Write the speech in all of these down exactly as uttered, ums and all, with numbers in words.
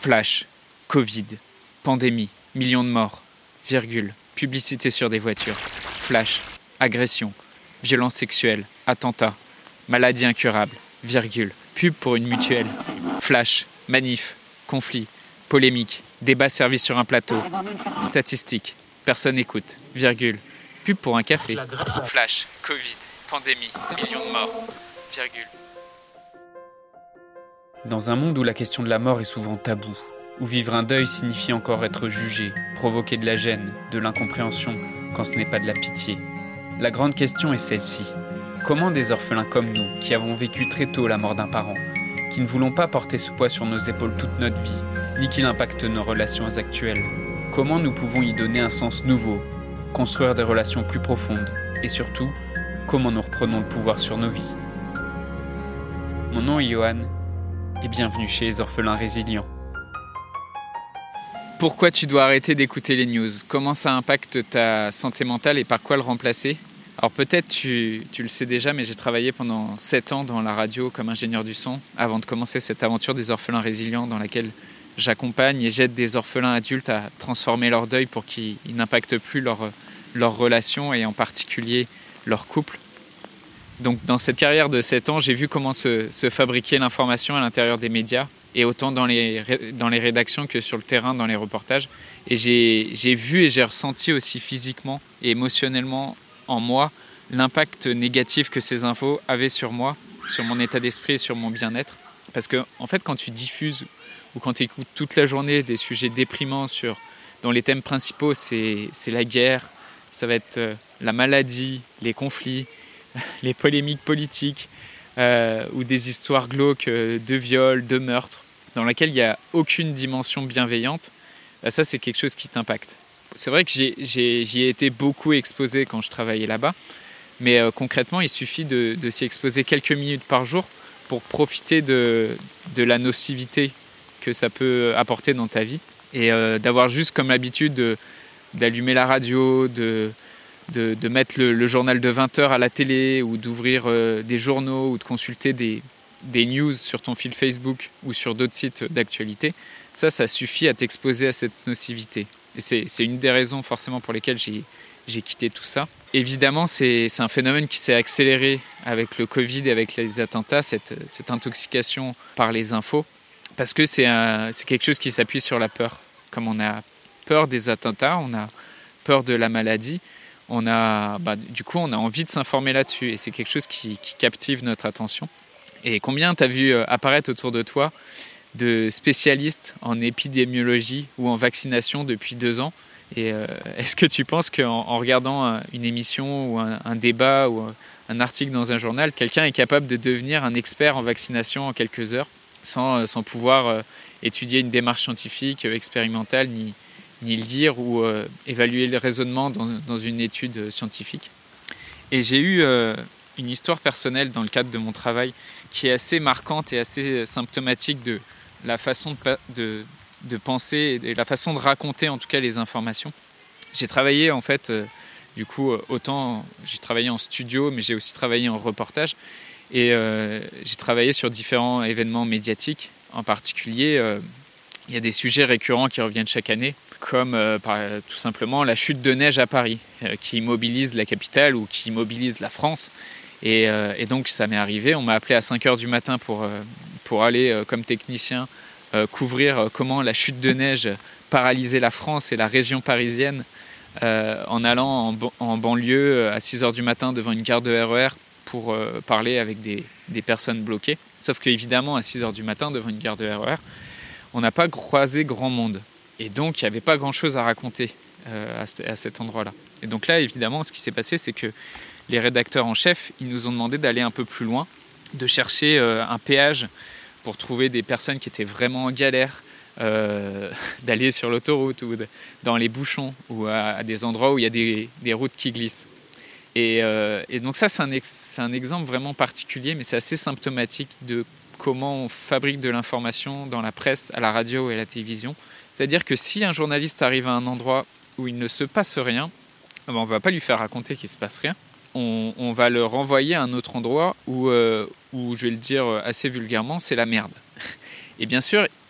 Flash, Covid, pandémie, millions de morts, virgule, publicité sur des voitures. Flash, agression, violence sexuelle, attentat, maladie incurable, virgule, pub pour une mutuelle. Flash, manif, conflit, polémique, débat servi sur un plateau, statistiques, personne écoute, virgule, pub pour un café. Flash, Covid, pandémie, millions de morts, virgule. Dans un monde où la question de la mort est souvent taboue, où vivre un deuil signifie encore être jugé, provoquer de la gêne, de l'incompréhension, quand ce n'est pas de la pitié, la grande question est celle-ci. Comment des orphelins comme nous, qui avons vécu très tôt la mort d'un parent, qui ne voulons pas porter ce poids sur nos épaules toute notre vie, ni qu'il impacte nos relations actuelles, comment nous pouvons y donner un sens nouveau, construire des relations plus profondes, et surtout, comment nous reprenons le pouvoir sur nos vies. Mon nom est Johan, et bienvenue chez les Orphelins Résilients. Pourquoi tu dois arrêter d'écouter les news ? Comment ça impacte ta santé mentale et par quoi le remplacer ? Alors peut-être tu, tu le sais déjà, mais j'ai travaillé pendant sept ans dans la radio comme ingénieur du son avant de commencer cette aventure des orphelins résilients dans laquelle j'accompagne et j'aide des orphelins adultes à transformer leur deuil pour qu'ils n'impactent plus leur, leur relation et en particulier leur couple. Donc dans cette carrière de sept ans, j'ai vu comment se, se fabriquer l'information à l'intérieur des médias et autant dans les, dans les rédactions que sur le terrain, dans les reportages. Et j'ai, j'ai vu et j'ai ressenti aussi physiquement et émotionnellement en moi l'impact négatif que ces infos avaient sur moi, sur mon état d'esprit et sur mon bien-être. Parce que en fait, quand tu diffuses ou quand tu écoutes toute la journée des sujets déprimants sur, dont les thèmes principaux, c'est, c'est la guerre, ça va être euh, la maladie, les conflits, les polémiques politiques euh, ou des histoires glauques euh, de viol, de meurtre, dans laquelle il n'y a aucune dimension bienveillante, bah ça c'est quelque chose qui t'impacte. C'est vrai que j'ai, j'ai, j'y ai été beaucoup exposé quand je travaillais là-bas, mais euh, concrètement il suffit de, de s'y exposer quelques minutes par jour pour profiter de, de la nocivité que ça peut apporter dans ta vie et euh, d'avoir juste comme habitude de, d'allumer la radio, de, de, de mettre le, le journal de vingt heures à la télé ou d'ouvrir euh, des journaux ou de consulter des des news sur ton fil Facebook ou sur d'autres sites d'actualité, ça, ça suffit à t'exposer à cette nocivité. Et c'est, c'est une des raisons forcément pour lesquelles j'ai, j'ai quitté tout ça. Évidemment, c'est, c'est un phénomène qui s'est accéléré avec le Covid et avec les attentats, cette, cette intoxication par les infos, parce que c'est, un, c'est quelque chose qui s'appuie sur la peur. Comme on a peur des attentats, on a peur de la maladie, on a, bah, du coup, on a envie de s'informer là-dessus et c'est quelque chose qui, qui captive notre attention. Et combien tu as vu apparaître autour de toi de spécialistes en épidémiologie ou en vaccination depuis deux ans ? Et euh, est-ce que tu penses qu'en en regardant une émission ou un, un débat ou un article dans un journal, quelqu'un est capable de devenir un expert en vaccination en quelques heures sans, sans pouvoir euh, étudier une démarche scientifique, expérimentale, ni, ni le lire ou euh, évaluer le raisonnement dans, dans une étude scientifique ? Et j'ai eu euh, une histoire personnelle dans le cadre de mon travail qui est assez marquante et assez symptomatique de la façon de, de, de penser et la façon de raconter en tout cas les informations. J'ai travaillé en fait, euh, du coup, autant j'ai travaillé en studio, mais j'ai aussi travaillé en reportage et euh, j'ai travaillé sur différents événements médiatiques. En particulier, euh, il y a des sujets récurrents qui reviennent chaque année, comme euh, par, tout simplement la chute de neige à Paris, euh, qui mobilise la capitale ou qui mobilise la France. Et, euh, et donc ça m'est arrivé, on m'a appelé à cinq heures du matin pour, euh, pour aller euh, comme technicien euh, couvrir euh, comment la chute de neige paralysait la France et la région parisienne euh, en allant en, en banlieue à six heures du matin devant une gare de R E R pour euh, parler avec des, des personnes bloquées. Sauf qu'évidemment à six heures du matin devant une gare de R E R, on n'a pas croisé grand monde. Et donc il n'y avait pas grand chose à raconter euh, à, c- à cet endroit-là. Et donc là évidemment ce qui s'est passé c'est que les rédacteurs en chef, ils nous ont demandé d'aller un peu plus loin, de chercher euh, un péage pour trouver des personnes qui étaient vraiment en galère, euh, d'aller sur l'autoroute ou de, dans les bouchons ou à, à des endroits où il y a des, des routes qui glissent. Et, euh, et donc ça, c'est un, ex, c'est un exemple vraiment particulier, mais c'est assez symptomatique de comment on fabrique de l'information dans la presse, à la radio et à la télévision. C'est-à-dire que si un journaliste arrive à un endroit où il ne se passe rien, ben on ne va pas lui faire raconter qu'il ne se passe rien. On, on va le renvoyer à un autre endroit où, euh, où, je vais le dire assez vulgairement, c'est la merde. Et bien sûr,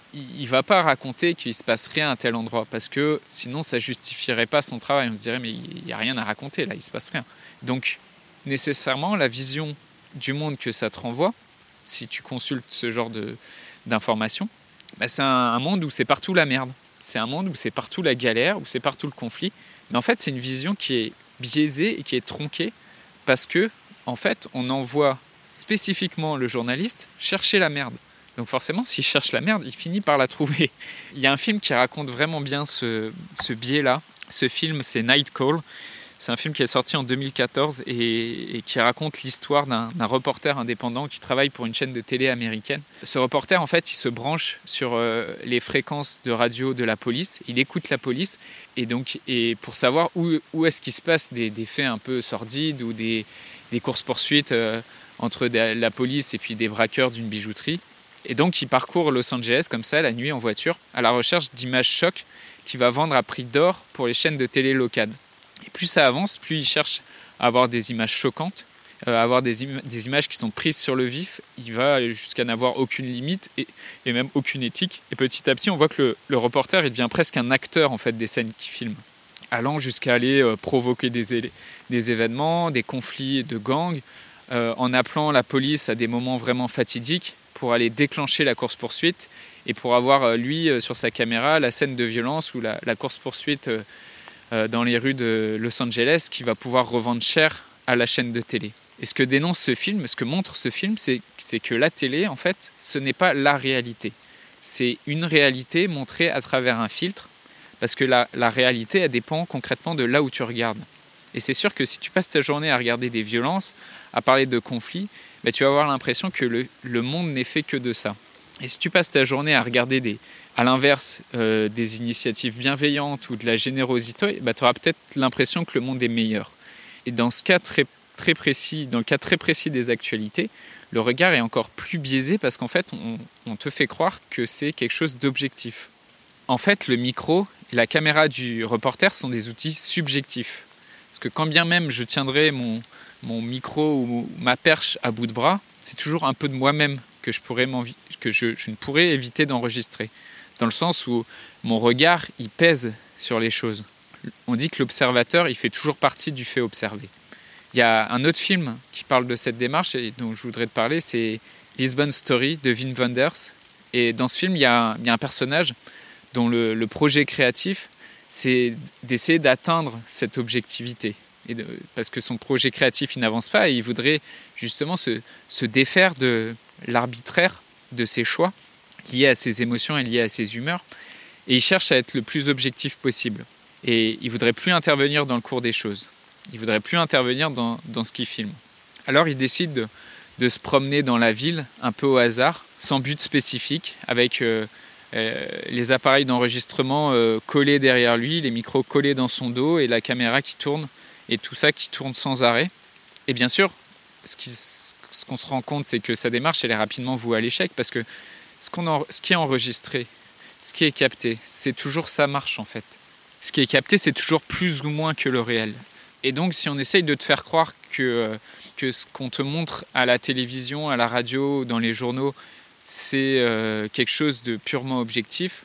il ne va pas raconter qu'il ne se passe rien à tel endroit, parce que sinon ça ne justifierait pas son travail. On se dirait, mais il n'y a rien à raconter, là, il ne se passe rien. Donc, nécessairement, la vision du monde que ça te renvoie, si tu consultes ce genre de, d'informations, bah c'est un, un monde où c'est partout la merde. C'est un monde où c'est partout la galère, où c'est partout le conflit. Mais en fait, c'est une vision qui est biaisée et qui est tronquée, parce que, en fait, on envoie spécifiquement le journaliste chercher la merde. Donc forcément, s'il cherche la merde, il finit par la trouver. Il y a un film qui raconte vraiment bien ce, ce biais-là. Ce film, c'est Night Call. C'est un film qui est sorti en deux mille quatorze et, et qui raconte l'histoire d'un, d'un reporter indépendant qui travaille pour une chaîne de télé américaine. Ce reporter, en fait, il se branche sur euh, les fréquences de radio de la police. Il écoute la police et donc et pour savoir où, où est-ce qu'il se passe des, des faits un peu sordides ou des, des courses-poursuites euh, entre de, la police et puis des braqueurs d'une bijouterie. Et donc, il parcourt Los Angeles comme ça, la nuit en voiture, à la recherche d'images chocs qu'il va vendre à prix d'or pour les chaînes de télé locales. Et plus ça avance, plus il cherche à avoir des images choquantes, à avoir des, im- des images qui sont prises sur le vif. Il va jusqu'à n'avoir aucune limite et, et même aucune éthique. Et petit à petit, on voit que le, le reporter, il devient presque un acteur en fait, des scènes qu'il filme, allant jusqu'à aller euh, provoquer des, élé- des événements, des conflits de gangs, euh, en appelant la police à des moments vraiment fatidiques pour aller déclencher la course-poursuite et pour avoir, lui, sur sa caméra, la scène de violence ou la, la course-poursuite dans les rues de Los Angeles qui va pouvoir revendre cher à la chaîne de télé. Et ce que dénonce ce film, ce que montre ce film, c'est, c'est que la télé, en fait, ce n'est pas la réalité. C'est une réalité montrée à travers un filtre, parce que la, la réalité, elle dépend concrètement de là où tu regardes. Et c'est sûr que si tu passes ta journée à regarder des violences, à parler de conflits, bah, tu vas avoir l'impression que le, le monde n'est fait que de ça. Et si tu passes ta journée à regarder des, à l'inverse euh, des initiatives bienveillantes ou de la générosité, bah, tu auras peut-être l'impression que le monde est meilleur. Et dans ce cas très, très précis, dans le cas très précis des actualités, le regard est encore plus biaisé parce qu'en fait, on, on te fait croire que c'est quelque chose d'objectif. En fait, le micro et la caméra du reporter sont des outils subjectifs. Parce que quand bien même je tiendrai mon, mon micro ou ma perche à bout de bras, c'est toujours un peu de moi-même que je, pourrais que je, je ne pourrais éviter d'enregistrer. Dans le sens où mon regard, il pèse sur les choses. On dit que l'observateur, il fait toujours partie du fait observé. Il y a un autre film qui parle de cette démarche et dont je voudrais te parler, c'est Lisbon Story de Wim Wenders. Et dans ce film, il y a, il y a un personnage dont le, le projet créatif, c'est d'essayer d'atteindre cette objectivité. Et de, parce que son projet créatif, il n'avance pas et il voudrait justement se, se défaire de l'arbitraire de ses choix liés à ses émotions et liés à ses humeurs. Et il cherche à être le plus objectif possible. Et il ne voudrait plus intervenir dans le cours des choses. Il ne voudrait plus intervenir dans, dans ce qu'il filme. Alors il décide de, de se promener dans la ville, un peu au hasard, sans but spécifique, avec euh, euh, les appareils d'enregistrement euh, collés derrière lui, les micros collés dans son dos et la caméra qui tourne, et tout ça qui tourne sans arrêt. Et bien sûr, ce, qui, ce qu'on se rend compte, c'est que sa démarche, elle est rapidement vouée à l'échec, parce que ce, qu'on en, ce qui est enregistré, ce qui est capté, c'est toujours sa marche en fait. Ce qui est capté, c'est toujours plus ou moins que le réel. Et donc, si on essaye de te faire croire que, que ce qu'on te montre à la télévision, à la radio, dans les journaux, c'est euh, quelque chose de purement objectif,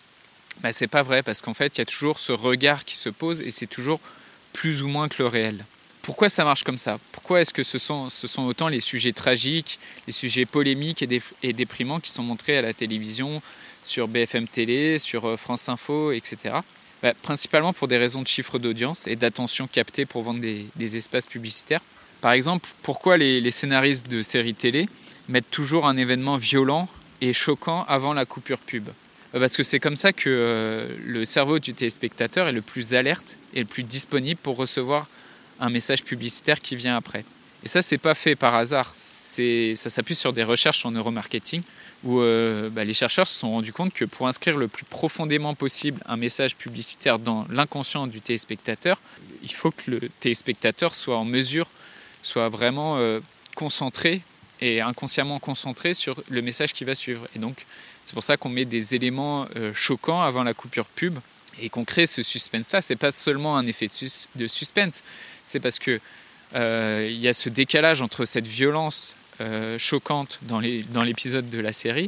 bah, c'est pas vrai, parce qu'en fait, il y a toujours ce regard qui se pose et c'est toujours plus ou moins que le réel. Pourquoi ça marche comme ça ? Pourquoi est-ce que ce sont, ce sont autant les sujets tragiques, les sujets polémiques et, dé, et déprimants qui sont montrés à la télévision, sur B F M Télé, sur France Info, et cetera. Bah, principalement pour des raisons de chiffre d'audience et d'attention captée pour vendre des, des espaces publicitaires. Par exemple, pourquoi les, les scénaristes de séries télé mettent toujours un événement violent et choquant avant la coupure pub ? Parce que c'est comme ça que euh, le cerveau du téléspectateur est le plus alerte et le plus disponible pour recevoir un message publicitaire qui vient après. Et ça, c'est pas fait par hasard. C'est, ça s'appuie sur des recherches en neuromarketing où euh, bah, les chercheurs se sont rendus compte que pour inscrire le plus profondément possible un message publicitaire dans l'inconscient du téléspectateur, il faut que le téléspectateur soit en mesure, soit vraiment euh, concentré et inconsciemment concentré sur le message qui va suivre. Et donc, c'est pour ça qu'on met des éléments euh, choquants avant la coupure pub et qu'on crée ce suspense-là. C'est pas seulement un effet sus- de suspense, c'est parce que euh, y a ce décalage entre cette violence euh, choquante dans, les, dans l'épisode de la série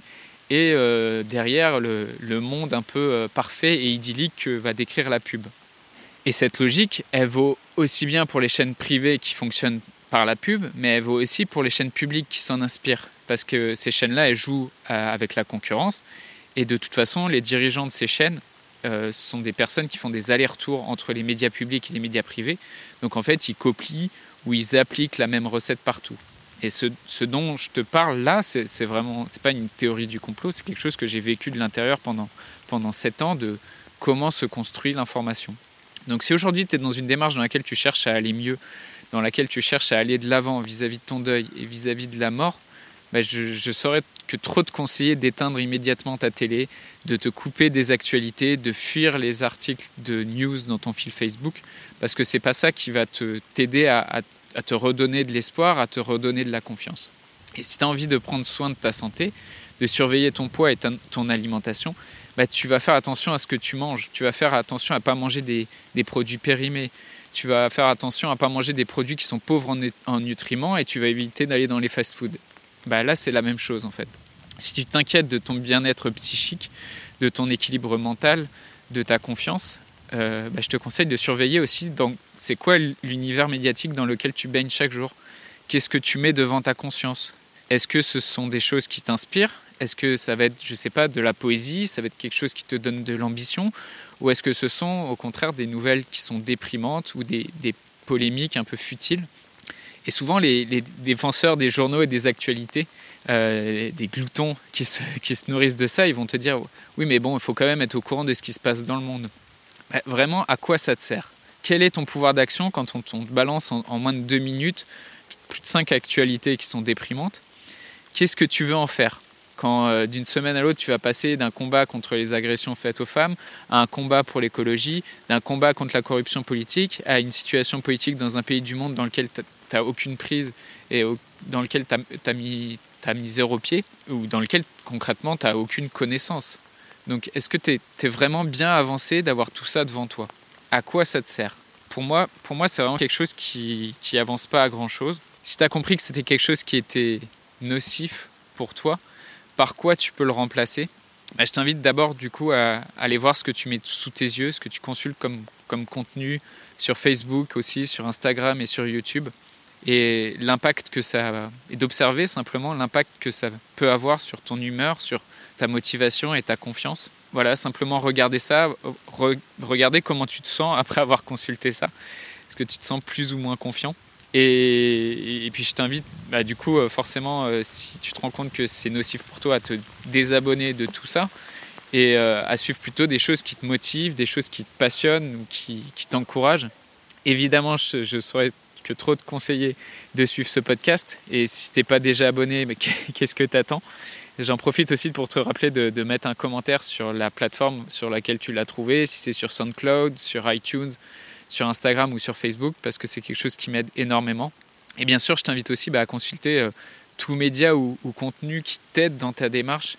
et euh, derrière le, le monde un peu euh, parfait et idyllique que va décrire la pub. Et cette logique, elle vaut aussi bien pour les chaînes privées qui fonctionnent par la pub, mais elle vaut aussi pour les chaînes publiques qui s'en inspirent. Parce que ces chaînes-là, elles jouent euh, avec la concurrence. Et de toute façon, les dirigeants de ces chaînes euh, sont des personnes qui font des allers-retours entre les médias publics et les médias privés. Donc en fait, ils copient ou ils appliquent la même recette partout. Et ce, ce dont je te parle là, c'est, c'est vraiment, c'est pas une théorie du complot, c'est quelque chose que j'ai vécu de l'intérieur pendant, pendant sept ans, de comment se construit l'information. Donc si aujourd'hui tu es dans une démarche dans laquelle tu cherches à aller mieux, dans laquelle tu cherches à aller de l'avant vis-à-vis de ton deuil et vis-à-vis de la mort, bah je, je saurais que trop te conseiller d'éteindre immédiatement ta télé, de te couper des actualités, de fuir les articles de news dans ton fil Facebook, parce que c'est pas ça qui va te, t'aider à, à, à te redonner de l'espoir, à te redonner de la confiance. Et si tu as envie de prendre soin de ta santé, de surveiller ton poids et ta, ton alimentation, bah, tu vas faire attention à ce que tu manges. Tu vas faire attention à ne pas manger des, des produits périmés. Tu vas faire attention à ne pas manger des produits qui sont pauvres en, en nutriments et tu vas éviter d'aller dans les fast-foods. Bah, là, c'est la même chose en fait. Si tu t'inquiètes de ton bien-être psychique, de ton équilibre mental, de ta confiance, euh, bah, je te conseille de surveiller aussi dans, c'est quoi l'univers médiatique dans lequel tu baignes chaque jour. Qu'est-ce que tu mets devant ta conscience ? Est-ce que ce sont des choses qui t'inspirent ? Est-ce que ça va être, je ne sais pas, de la poésie ? Ça va être quelque chose qui te donne de l'ambition ? Ou est-ce que ce sont au contraire des nouvelles qui sont déprimantes ou des, des polémiques un peu futiles ? Et souvent les, les défenseurs des journaux et des actualités, euh, des gloutons qui se, qui se nourrissent de ça, ils vont te dire « Oui mais bon, il faut quand même être au courant de ce qui se passe dans le monde. » Bah, vraiment, à quoi ça te sert ? Quel est ton pouvoir d'action quand on, on te balance en, en moins de deux minutes plus de cinq actualités qui sont déprimantes ? Qu'est-ce que tu veux en faire ? Quand euh, d'une semaine à l'autre, tu vas passer d'un combat contre les agressions faites aux femmes à un combat pour l'écologie, d'un combat contre la corruption politique à une situation politique dans un pays du monde dans lequel tu n'as aucune prise et au, dans lequel tu as mis, t'as mis zéro pied ou dans lequel concrètement tu n'as aucune connaissance. Donc est-ce que tu es vraiment bien avancé d'avoir tout ça devant toi ? À quoi ça te sert ? Pour moi, pour moi, c'est vraiment quelque chose qui qui avance pas à grand-chose. Si tu as compris que c'était quelque chose qui était nocif pour toi, par quoi tu peux le remplacer ? Bah, je t'invite d'abord du coup à, à aller voir ce que tu mets sous tes yeux, ce que tu consultes comme, comme contenu sur Facebook aussi, sur Instagram et sur YouTube, et l'impact que ça et d'observer simplement l'impact que ça peut avoir sur ton humeur, sur ta motivation et ta confiance. Voilà, simplement regarder ça, re, regarder comment tu te sens après avoir consulté ça. Est-ce que tu te sens plus ou moins confiant ? Et, et puis je t'invite, bah, du coup, forcément, euh, si tu te rends compte que c'est nocif pour toi, à te désabonner de tout ça et euh, à suivre plutôt des choses qui te motivent, des choses qui te passionnent ou qui, qui t'encouragent. Évidemment, je ne saurais que trop te conseiller de suivre ce podcast. Et si tu n'es pas déjà abonné, bah, qu'est-ce que tu attends ? J'en profite aussi pour te rappeler de, de mettre un commentaire sur la plateforme sur laquelle tu l'as trouvé, si c'est sur SoundCloud, sur iTunes, sur Instagram ou sur Facebook, parce que c'est quelque chose qui m'aide énormément. Et bien sûr, je t'invite aussi bah, à consulter euh, tout média ou, ou contenu qui t'aide dans ta démarche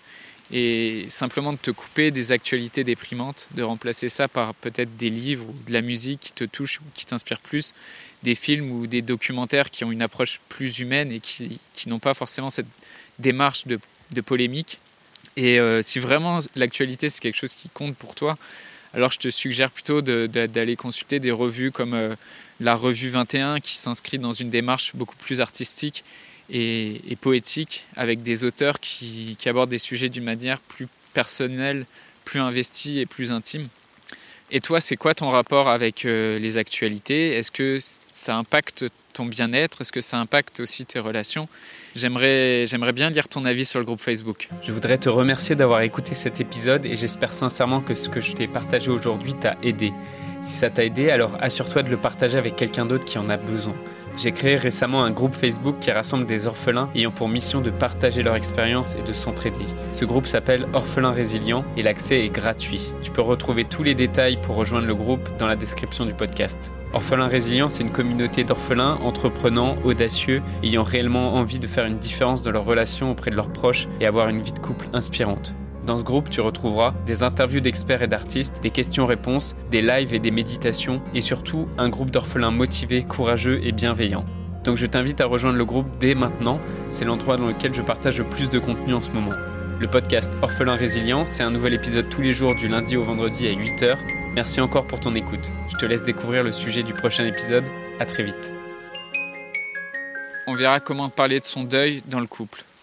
et simplement de te couper des actualités déprimantes, de remplacer ça par peut-être des livres ou de la musique qui te touchent ou qui t'inspirent plus, des films ou des documentaires qui ont une approche plus humaine et qui, qui n'ont pas forcément cette démarche de, de polémique. Et euh, si vraiment l'actualité c'est quelque chose qui compte pour toi, alors je te suggère plutôt de, de, d'aller consulter des revues comme euh, la revue vingt et un qui s'inscrit dans une démarche beaucoup plus artistique et, et poétique avec des auteurs qui, qui abordent des sujets d'une manière plus personnelle, plus investie et plus intime. Et toi, c'est quoi ton rapport avec euh, les actualités ? Est-ce que ça impacte ton bien-être ? Est-ce que ça impacte aussi tes relations ? J'aimerais, j'aimerais bien lire ton avis sur le groupe Facebook. Je voudrais te remercier d'avoir écouté cet épisode et j'espère sincèrement que ce que je t'ai partagé aujourd'hui t'a aidé. Si ça t'a aidé, alors assure-toi de le partager avec quelqu'un d'autre qui en a besoin. J'ai créé récemment un groupe Facebook qui rassemble des orphelins ayant pour mission de partager leur expérience et de s'entraider. Ce groupe s'appelle Orphelins Résilients et l'accès est gratuit. Tu peux retrouver tous les détails pour rejoindre le groupe dans la description du podcast. Orphelins Résilients, c'est une communauté d'orphelins entreprenants, audacieux, ayant réellement envie de faire une différence dans leurs relations auprès de leurs proches et avoir une vie de couple inspirante. Dans ce groupe, tu retrouveras des interviews d'experts et d'artistes, des questions-réponses, des lives et des méditations, et surtout un groupe d'orphelins motivés, courageux et bienveillants. Donc je t'invite à rejoindre le groupe dès maintenant, c'est l'endroit dans lequel je partage le plus de contenu en ce moment. Le podcast Orphelin Résilient, c'est un nouvel épisode tous les jours du lundi au vendredi à huit heures. Merci encore pour ton écoute. Je te laisse découvrir le sujet du prochain épisode. À très vite. On verra comment parler de son deuil dans le couple.